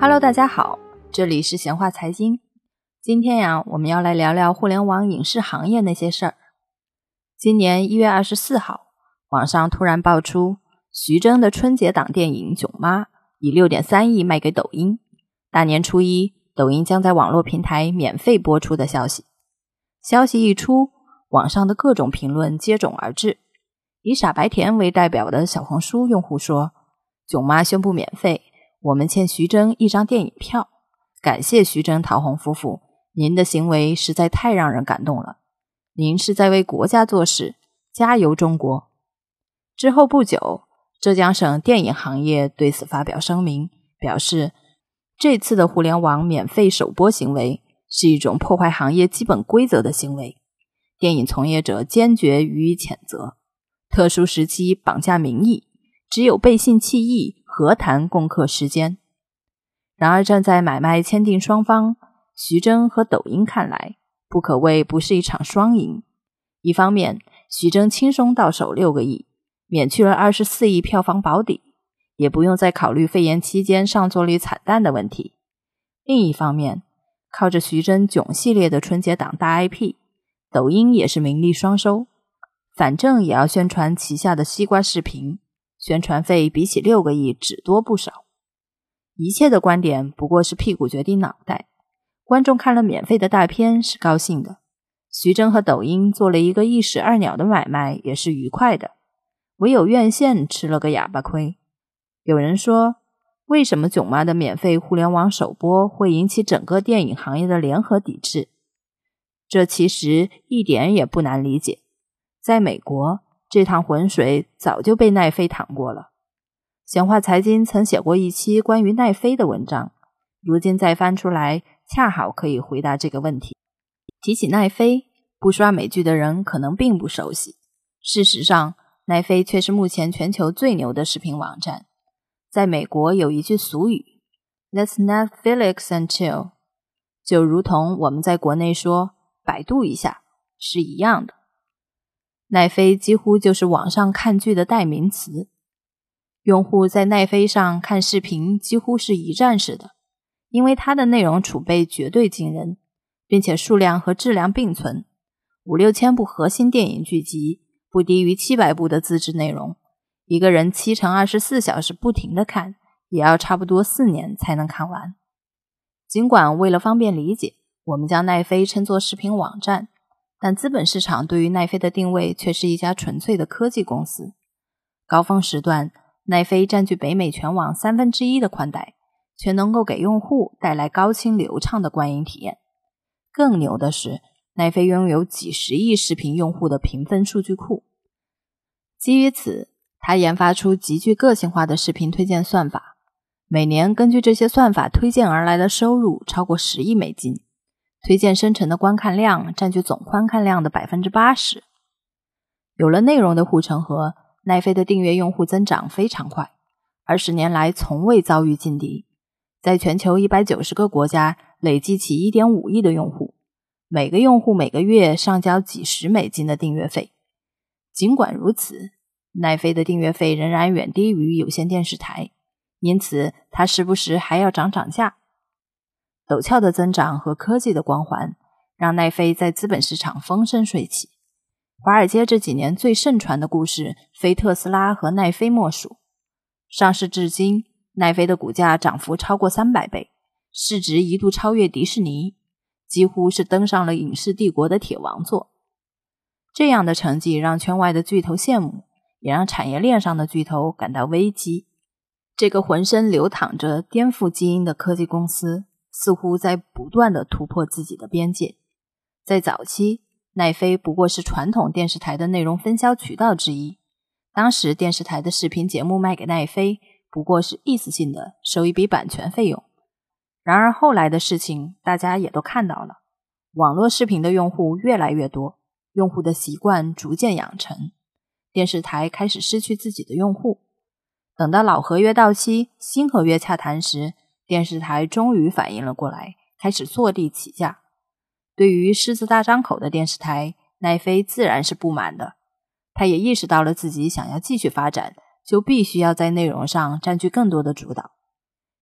Hello， 大家好，这里是闲话财经。今天呀，我们要来聊聊互联网影视行业那些事儿。今年1月24号，网上突然爆出徐峥的春节档电影《囧妈》以 6.3 亿卖给抖音，大年初一，抖音将在网络平台免费播出的消息。消息一出，网上的各种评论接踵而至。以傻白甜为代表的小红书用户说，囧妈宣布免费，我们欠徐峥一张电影票，感谢徐峥、陶虹夫妇，您的行为实在太让人感动了，您是在为国家做事，加油中国。之后不久，浙江省电影行业对此发表声明，表示这次的互联网免费首播行为是一种破坏行业基本规则的行为，电影从业者坚决予以谴责。特殊时期绑架民意，只有背信弃义，何谈共克时艰？然而站在买卖签订双方，徐峥和抖音看来，不可谓不是一场双赢。一方面，徐峥轻松到手6个亿，免去了24亿票房保底，也不用再考虑肺炎期间上座率惨淡的问题。另一方面，靠着徐峥囧系列的春节档大 IP， 抖音也是名利双收，反正也要宣传旗下的西瓜视频，宣传费比起6个亿只多不少。一切的观点不过是屁股决定脑袋，观众看了免费的大片是高兴的，徐峥和抖音做了一个一石二鸟的买卖也是愉快的，唯有院线吃了个哑巴亏。有人说，为什么囧妈的免费互联网首播会引起整个电影行业的联合抵制？这其实一点也不难理解。在美国，这趟浑水早就被奈飞淌过了。闲话财经曾写过一期关于奈飞的文章，如今再翻出来，恰好可以回答这个问题。提起奈飞，不刷美剧的人可能并不熟悉。事实上，奈飞却是目前全球最牛的视频网站。在美国有一句俗语 Let's Netflix and chill， 就如同我们在国内说百度一下是一样的。奈飞几乎就是网上看剧的代名词，用户在奈飞上看视频几乎是一站式的，因为它的内容储备绝对惊人，并且数量和质量并存，5、6千部核心电影剧集，不低于700部的自制内容，一个人7乘24小时不停地看，也要差不多4年才能看完。尽管为了方便理解，我们将奈飞称作视频网站，但资本市场对于奈飞的定位却是一家纯粹的科技公司。高峰时段，奈飞占据北美全网1/3的宽带，却能够给用户带来高清流畅的观影体验。更牛的是，奈飞拥有几十亿视频用户的评分数据库。基于此，它研发出极具个性化的视频推荐算法，每年根据这些算法推荐而来的收入超过10亿美金，推荐生成的观看量占据总观看量的 80%。 有了内容的护城河，奈飞的订阅用户增长非常快，20年来从未遭遇劲敌，在全球190个国家累计起 1.5 亿的用户，每个用户每个月上交几十美金的订阅费。尽管如此，奈飞的订阅费仍然远低于有线电视台，因此它时不时还要涨价。陡峭的增长和科技的光环让奈飞在资本市场风生水起。华尔街这几年最盛传的故事非特斯拉和奈飞莫属。上市至今，奈飞的股价涨幅超过300倍，市值一度超越迪士尼，几乎是登上了影视帝国的铁王座。这样的成绩让圈外的巨头羡慕，也让产业链上的巨头感到危机。这个浑身流淌着颠覆基因的科技公司似乎在不断地突破自己的边界。在早期，奈飞不过是传统电视台的内容分销渠道之一，当时电视台的视频节目卖给奈飞，不过是意思性的收一笔版权费用。然而后来的事情大家也都看到了，网络视频的用户越来越多，用户的习惯逐渐养成，电视台开始失去自己的用户。等到老合约到期，新合约洽谈时，电视台终于反应了过来，开始坐地起价。对于狮子大张口的电视台，奈飞自然是不满的。他也意识到了自己想要继续发展，就必须要在内容上占据更多的主导。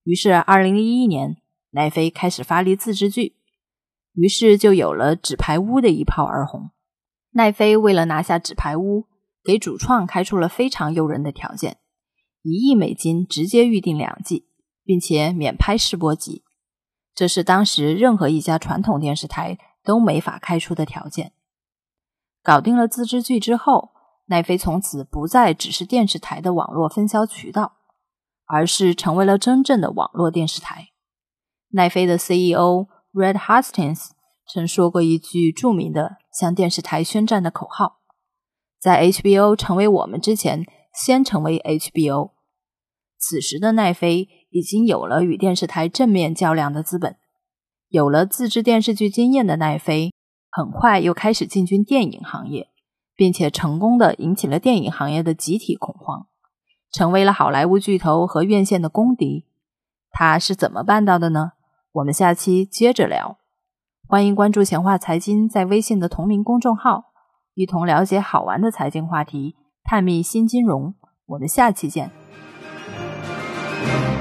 于是2011年，奈飞开始发力自制剧，于是就有了纸牌屋的一炮而红。奈飞为了拿下纸牌屋，给主创开出了非常诱人的条件，1亿美金直接预定2季，并且免拍试播集。这是当时任何一家传统电视台都没法开出的条件。搞定了自制剧之后，奈飞从此不再只是电视台的网络分销渠道，而是成为了真正的网络电视台。奈飞的 CEO Reed Hastings 曾说过一句著名的向电视台宣战的口号：在 HBO 成为我们之前，先成为 HBO。 此时的奈飞已经有了与电视台正面较量的资本。有了自制电视剧经验的奈飞，很快又开始进军电影行业，并且成功地引起了电影行业的集体恐慌，成为了好莱坞巨头和院线的公敌。他是怎么办到的呢？我们下期接着聊。欢迎关注闲话财经在微信的同名公众号，一同了解好玩的财经话题，探秘新金融。我们下期见。